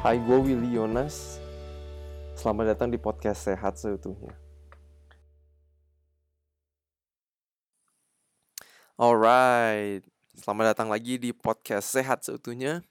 Hai, gue Willy Yonas. Selamat datang di podcast Sehat Seutuhnya. Alright, selamat datang lagi di podcast Sehat Seutuhnya.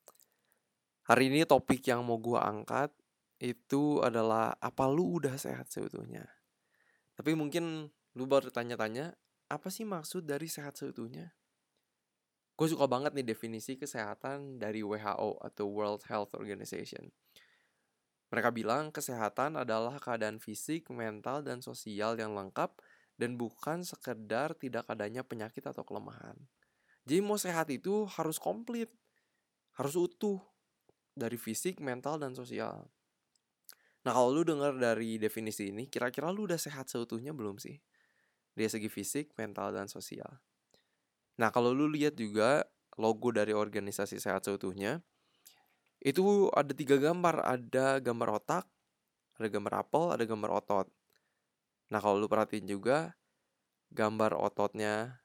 Hari ini topik yang mau gue angkat itu adalah apa lu udah sehat seutuhnya. Tapi mungkin lu baru tanya-tanya, apa sih maksud dari sehat seutuhnya? Gue suka banget nih definisi kesehatan dari WHO atau World Health Organization. Mereka bilang kesehatan adalah keadaan fisik, mental, dan sosial yang lengkap dan bukan sekedar tidak adanya penyakit atau kelemahan. Jadi mau sehat itu harus komplit, harus utuh dari fisik, mental, dan sosial. Nah kalau lu dengar dari definisi ini, kira-kira lu udah sehat seutuhnya belum sih? Dari segi fisik, mental, dan sosial. Nah kalau lu lihat juga logo dari organisasi sehat seutuhnya, itu ada 3 gambar, ada gambar otak, ada gambar apel, ada gambar otot. Nah kalau lu perhatiin juga, gambar ototnya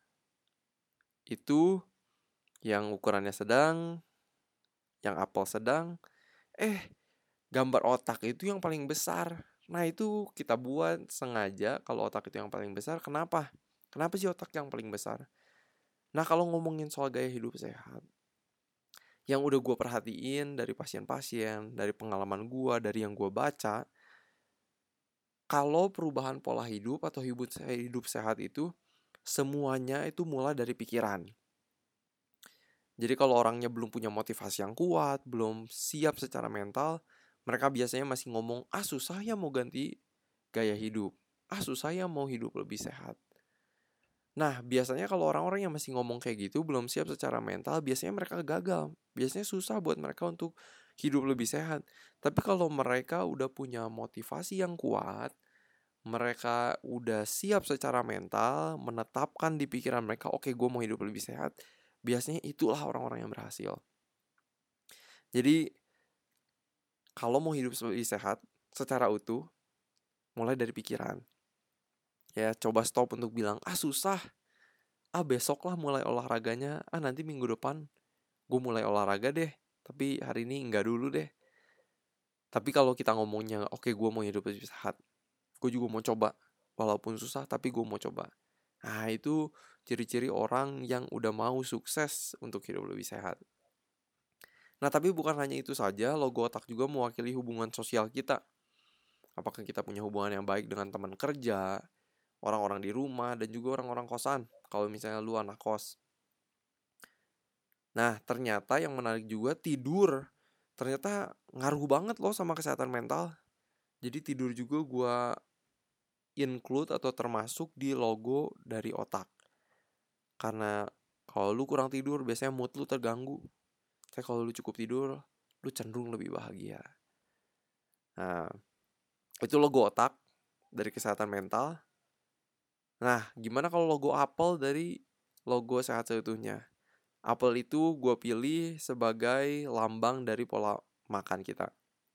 itu yang ukurannya sedang, yang apel sedang, gambar otak itu yang paling besar. Nah itu kita buat sengaja kalau otak itu yang paling besar. Kenapa? Kenapa sih otak yang paling besar? Nah kalau ngomongin soal gaya hidup sehat, yang udah gue perhatiin dari pasien-pasien, dari pengalaman gue, dari yang gue baca, kalau perubahan pola hidup atau hidup sehat itu, semuanya itu mulai dari pikiran. Jadi kalau orangnya belum punya motivasi yang kuat, belum siap secara mental, mereka biasanya masih ngomong, susah ya mau ganti gaya hidup. Susah ya mau hidup lebih sehat. Nah, biasanya kalau orang-orang yang masih ngomong kayak gitu, belum siap secara mental, biasanya mereka gagal. Biasanya susah buat mereka untuk hidup lebih sehat. Tapi kalau mereka udah punya motivasi yang kuat, mereka udah siap secara mental, menetapkan di pikiran mereka, oke, gue mau hidup lebih sehat, biasanya itulah orang-orang yang berhasil. Jadi, kalau mau hidup lebih sehat secara utuh, mulai dari pikiran. Ya, coba stop untuk bilang, susah. Besok lah mulai olahraganya. Nanti minggu depan gue mulai olahraga deh. Tapi hari ini enggak dulu deh. Tapi kalau kita ngomongnya, oke, gue mau hidup lebih sehat. Gue juga mau coba. Walaupun susah, tapi gue mau coba. Nah, itu ciri-ciri orang yang udah mau sukses untuk hidup lebih sehat. Nah, tapi bukan hanya itu saja, logo otak juga mewakili hubungan sosial kita. Apakah kita punya hubungan yang baik dengan teman kerja, orang-orang di rumah, dan juga orang-orang kosan. Kalau misalnya lu anak kos. Nah, ternyata yang menarik juga tidur. Ternyata ngaruh banget loh sama kesehatan mental. Jadi tidur juga gue include atau termasuk di logo dari otak. Karena kalau lu kurang tidur, biasanya mood lu terganggu. Tapi kalau lu cukup tidur, lu cenderung lebih bahagia. Nah, itu logo otak dari kesehatan mental. Nah, gimana kalau logo apel dari logo sehat seutuhnya? Apel itu gue pilih sebagai lambang dari pola makan kita.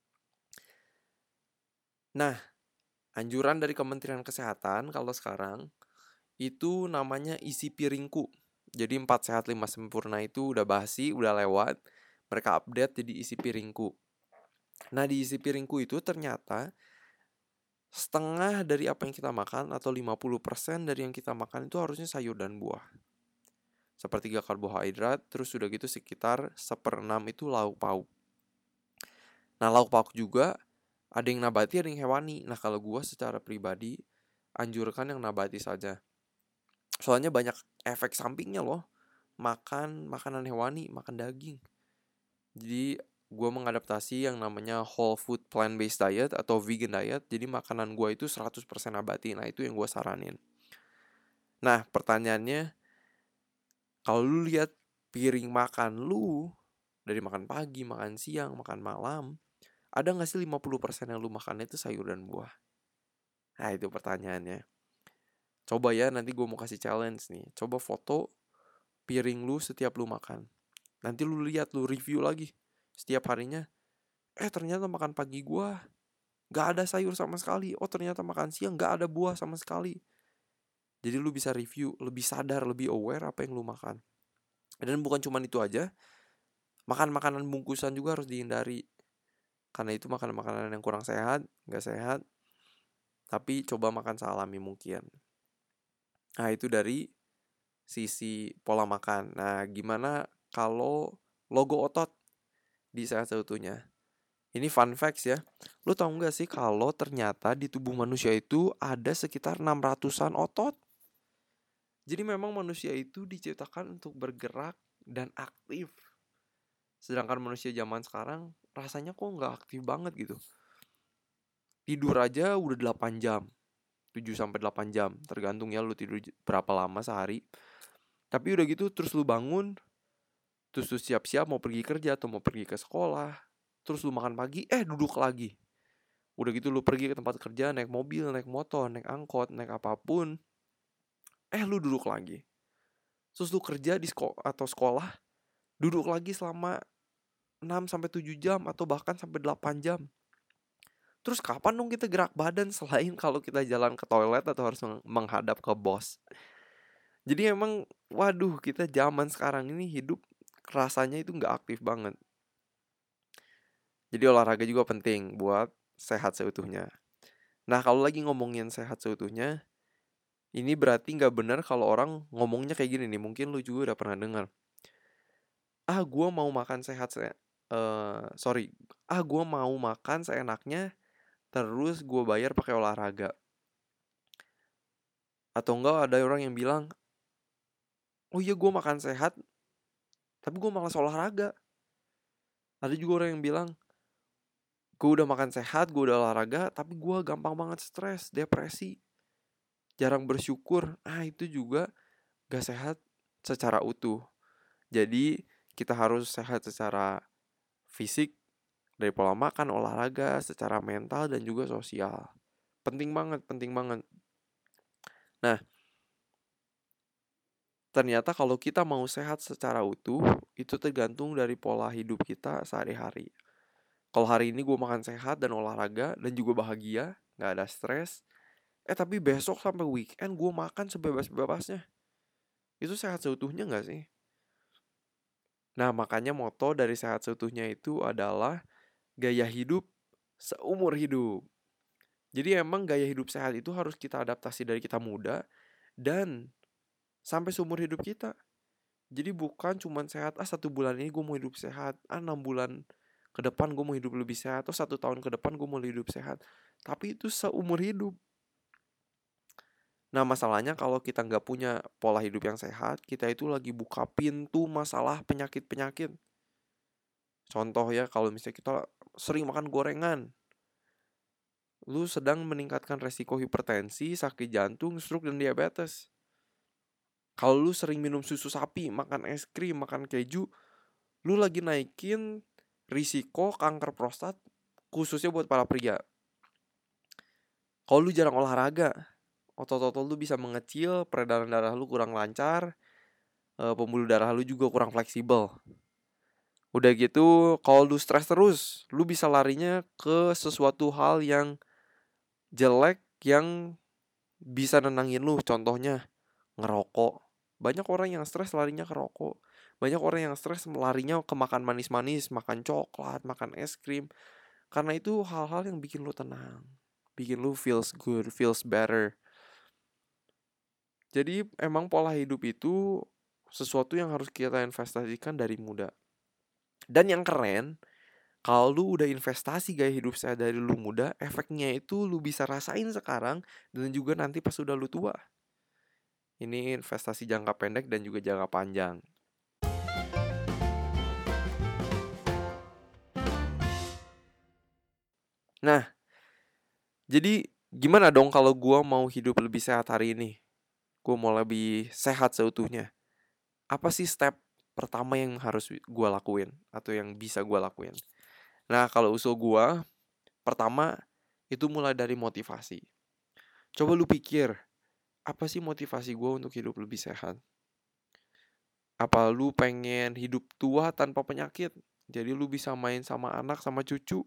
Nah, anjuran dari Kementerian Kesehatan kalau sekarang itu namanya isi piringku. Jadi 4 sehat 5 sempurna itu udah basi, udah lewat. Mereka update jadi isi piringku. Nah, di isi piringku itu ternyata setengah dari apa yang kita makan atau 50% dari yang kita makan itu harusnya sayur dan buah. Sepertiga karbohidrat, terus udah gitu sekitar 1/6 itu lauk pauk. Nah, lauk pauk juga ada yang nabati, ada yang hewani. Nah, kalau gue secara pribadi anjurkan yang nabati saja. Soalnya banyak efek sampingnya loh. Makan makanan hewani, makan daging. Jadi gue mengadaptasi yang namanya whole food plant-based diet atau vegan diet. Jadi makanan gue itu 100% nabati. Nah, itu yang gue saranin. Nah, pertanyaannya, kalau lu lihat piring makan lu, dari makan pagi, makan siang, makan malam, ada gak sih 50% yang lu makan itu sayur dan buah? Nah, itu pertanyaannya. Coba ya, nanti gue mau kasih challenge nih. Coba foto piring lu setiap lu makan. Nanti lu lihat, lu review lagi setiap harinya. Ternyata makan pagi gue gak ada sayur sama sekali. Ternyata makan siang gak ada buah sama sekali. Jadi lu bisa review, lebih sadar, lebih aware apa yang lu makan. Dan bukan cuma itu aja, makan makanan bungkusan juga harus dihindari. karena itu makanan-makanan yang kurang sehat, nggak sehat, tapi coba makan sealami mungkin. Nah, itu dari sisi pola makan. Nah, gimana kalau logo otot di Sehat Seutuhnya? Ini fun facts ya. Lu tahu nggak sih kalau ternyata di tubuh manusia itu ada sekitar 600-an otot? Jadi memang manusia itu diciptakan untuk bergerak dan aktif. Sedangkan manusia zaman sekarang rasanya kok nggak aktif banget gitu. Tidur aja udah 8 jam. 7 sampai 8 jam, tergantung ya lu tidur berapa lama sehari. Tapi udah gitu terus lu bangun, terus lu siap-siap mau pergi kerja atau mau pergi ke sekolah. Terus lu makan pagi, duduk lagi. Udah gitu lu pergi ke tempat kerja, naik mobil, naik motor, naik angkot, naik apapun. Lu duduk lagi. Terus lu kerja di sekolah, duduk lagi selama 6 sampai 7 jam atau bahkan sampai 8 jam. Terus kapan dong kita gerak badan selain kalau kita jalan ke toilet atau harus menghadap ke bos? Jadi emang, waduh, kita zaman sekarang ini hidup rasanya itu nggak aktif banget. Jadi olahraga juga penting buat sehat seutuhnya. Nah, kalau lagi ngomongin sehat seutuhnya, ini berarti nggak benar kalau orang ngomongnya kayak gini nih. Mungkin lu juga udah pernah dengar. Gue mau makan sehat, gue mau makan seenaknya, terus gue bayar pakai olahraga. Atau enggak ada orang yang bilang, oh iya gue makan sehat, tapi gue malas olahraga. Ada juga orang yang bilang, gue udah makan sehat, gue udah olahraga, tapi gue gampang banget stres, depresi, jarang bersyukur. Itu juga gak sehat secara utuh. Jadi kita harus sehat secara fisik, dari pola makan, olahraga, secara mental dan juga sosial. Penting banget, penting banget. Nah, ternyata kalau kita mau sehat secara utuh, itu tergantung dari pola hidup kita sehari-hari. Kalau hari ini gue makan sehat dan olahraga dan juga bahagia, gak ada stres, tapi besok sampai weekend gue makan sebebas-bebasnya. Itu sehat seutuhnya gak sih? Nah, makanya moto dari sehat seutuhnya itu adalah gaya hidup seumur hidup. Jadi emang gaya hidup sehat itu harus kita adaptasi dari kita muda dan sampai seumur hidup kita. Jadi bukan cuma sehat, 1 bulan ini gue mau hidup sehat, 6 bulan ke depan gue mau hidup lebih sehat, atau 1 tahun ke depan gue mau hidup sehat. Tapi itu seumur hidup. Nah, masalahnya kalau kita nggak punya pola hidup yang sehat, kita itu lagi buka pintu masalah penyakit-penyakit. Contoh ya, kalau misalnya kita sering makan gorengan, lu sedang meningkatkan resiko hipertensi, sakit jantung, stroke, dan diabetes. Kalau lu sering minum susu sapi, makan es krim, makan keju, lu lagi naikin risiko kanker prostat, khususnya buat para pria. Kalau lu jarang olahraga, otot-otot lu bisa mengecil, peredaran darah lu kurang lancar, pembuluh darah lu juga kurang fleksibel. Udah gitu, kalau lu stres terus, lu bisa larinya ke sesuatu hal yang jelek yang bisa nenangin lu. Contohnya, ngerokok. Banyak orang yang stres larinya ke rokok. Banyak orang yang stres larinya ke makan manis-manis, makan coklat, makan es krim. Karena itu hal-hal yang bikin lu tenang, bikin lu feels good, feels better. Jadi emang pola hidup itu sesuatu yang harus kita investasikan dari muda. Dan yang keren, kalau lu udah investasi gaya hidup sehat dari lu muda, efeknya itu lu bisa rasain sekarang dan juga nanti pas udah lu tua. Ini investasi jangka pendek dan juga jangka panjang. Nah, jadi gimana dong kalau gue mau hidup lebih sehat hari ini? Gue mau lebih sehat seutuhnya. Apa sih step pertama yang harus gue lakuin atau yang bisa gue lakuin? Nah, kalau usul gue, pertama itu mulai dari motivasi. Coba lu pikir, apa sih motivasi gue untuk hidup lebih sehat? Apa lu pengen hidup tua tanpa penyakit? Jadi lu bisa main sama anak, sama cucu.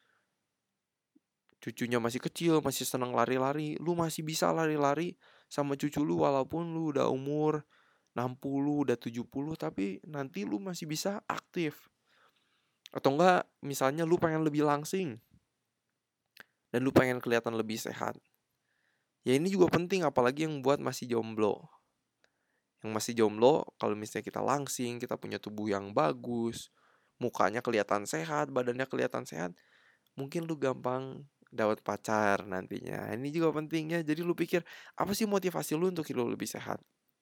Cucunya masih kecil, masih senang lari-lari. Lu masih bisa lari-lari sama cucu lu walaupun lu udah umur 60, udah 70, tapi nanti lu masih bisa aktif. Atau enggak misalnya lu pengen lebih langsing dan lu pengen kelihatan lebih sehat. Ya ini juga penting, apalagi yang buat masih jomblo. Yang masih jomblo, kalau misalnya kita langsing, kita punya tubuh yang bagus, mukanya kelihatan sehat, badannya kelihatan sehat, mungkin lu gampang dapat pacar nantinya. Ini juga penting ya. Jadi lu pikir, apa sih motivasi lu untuk hidup lebih sehat?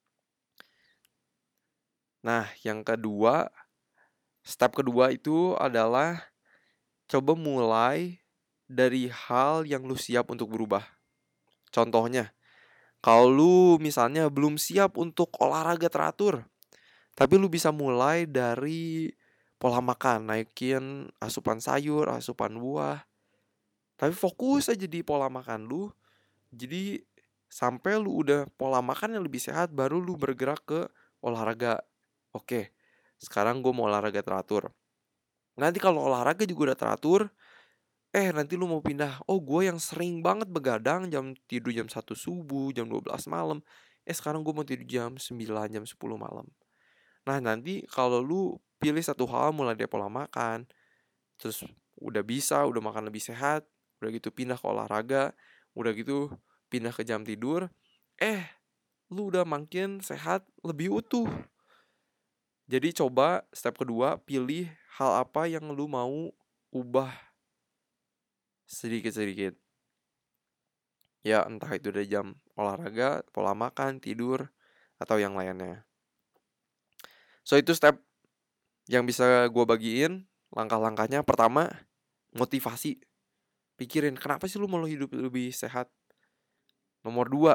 Nah, yang kedua, step kedua itu adalah coba mulai dari hal yang lu siap untuk berubah. Contohnya, kalau lu misalnya belum siap untuk olahraga teratur, tapi lu bisa mulai dari pola makan, naikin asupan sayur, asupan buah. Tapi fokus aja di pola makan lu. Jadi sampai lu udah pola makan yang lebih sehat, baru lu bergerak ke olahraga. Oke, sekarang gue mau olahraga teratur. Nanti kalau olahraga juga udah teratur, nanti lu mau pindah. Oh, gue yang sering banget begadang, tidur jam 1 subuh, jam 12 malam. Sekarang gue mau tidur jam 9, jam 10 malam. Nah, nanti kalau lu pilih satu hal, mulai dari pola makan, terus udah makan lebih sehat, udah gitu pindah ke olahraga, udah gitu pindah ke jam tidur, lu udah makin sehat, lebih utuh. Jadi coba step kedua, pilih hal apa yang lu mau ubah sedikit-sedikit. Ya entah itu dari jam olahraga, pola makan, tidur, atau yang lainnya. So itu step yang bisa gue bagiin. Langkah-langkahnya, pertama, motivasi. Pikirin, kenapa sih lu mau hidup lebih sehat? Nomor 2,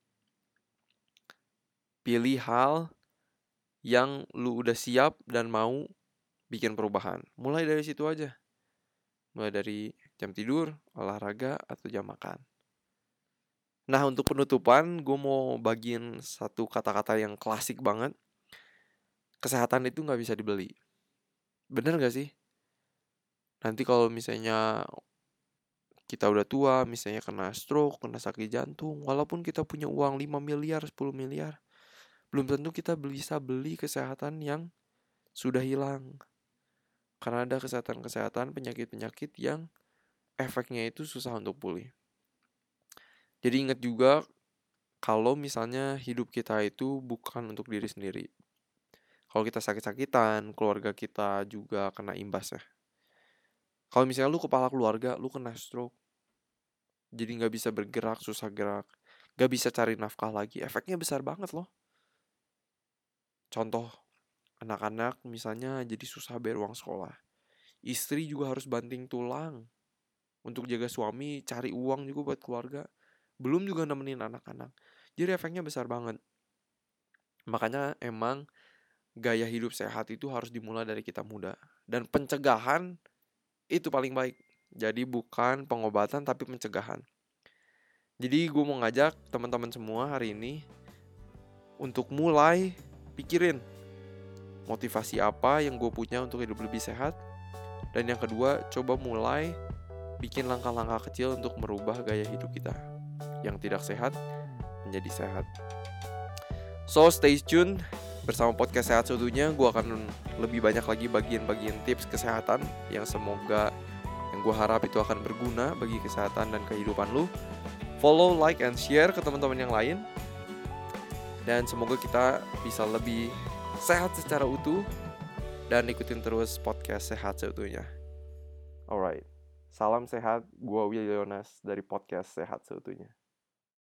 pilih hal yang lu udah siap dan mau bikin perubahan. Mulai dari situ aja. Mulai dari jam tidur, olahraga, atau jam makan. Nah, untuk penutupan, gue mau bagiin satu kata-kata yang klasik banget. Kesehatan itu gak bisa dibeli. Bener gak sih? Nanti kalau misalnya kita udah tua, misalnya kena stroke, kena sakit jantung, walaupun kita punya uang 5 miliar, 10 miliar, belum tentu kita bisa beli kesehatan yang sudah hilang. Karena ada kesehatan-kesehatan, penyakit-penyakit yang efeknya itu susah untuk pulih. Jadi ingat juga, kalau misalnya hidup kita itu bukan untuk diri sendiri. Kalau kita sakit-sakitan, keluarga kita juga kena imbas ya. Kalau misalnya lu kepala keluarga, lu kena stroke, jadi gak bisa bergerak, susah gerak, gak bisa cari nafkah lagi, efeknya besar banget loh. Contoh, anak-anak misalnya jadi susah bayar uang sekolah. Istri juga harus banting tulang untuk jaga suami, cari uang juga buat keluarga. Belum juga nemenin anak-anak. Jadi efeknya besar banget. Makanya emang gaya hidup sehat itu harus dimulai dari kita muda. Dan pencegahan itu paling baik. Jadi bukan pengobatan tapi pencegahan. Jadi gue mau ngajak teman-teman semua hari ini untuk mulai pikirin motivasi apa yang gue punya untuk hidup lebih sehat. Dan yang kedua, coba mulai bikin langkah-langkah kecil untuk merubah gaya hidup kita yang tidak sehat menjadi sehat. So stay tune bersama podcast Sehat Seutuhnya. Gue akan lebih banyak lagi bagian-bagian tips kesehatan yang gue harap itu akan berguna bagi kesehatan dan kehidupan lu. Follow, like, and share ke teman-teman yang lain. Dan semoga kita bisa lebih sehat secara utuh. Dan ikutin terus podcast Sehat Seutuhnya. Alright, salam sehat. Gue Will Yonas dari podcast Sehat Seutuhnya.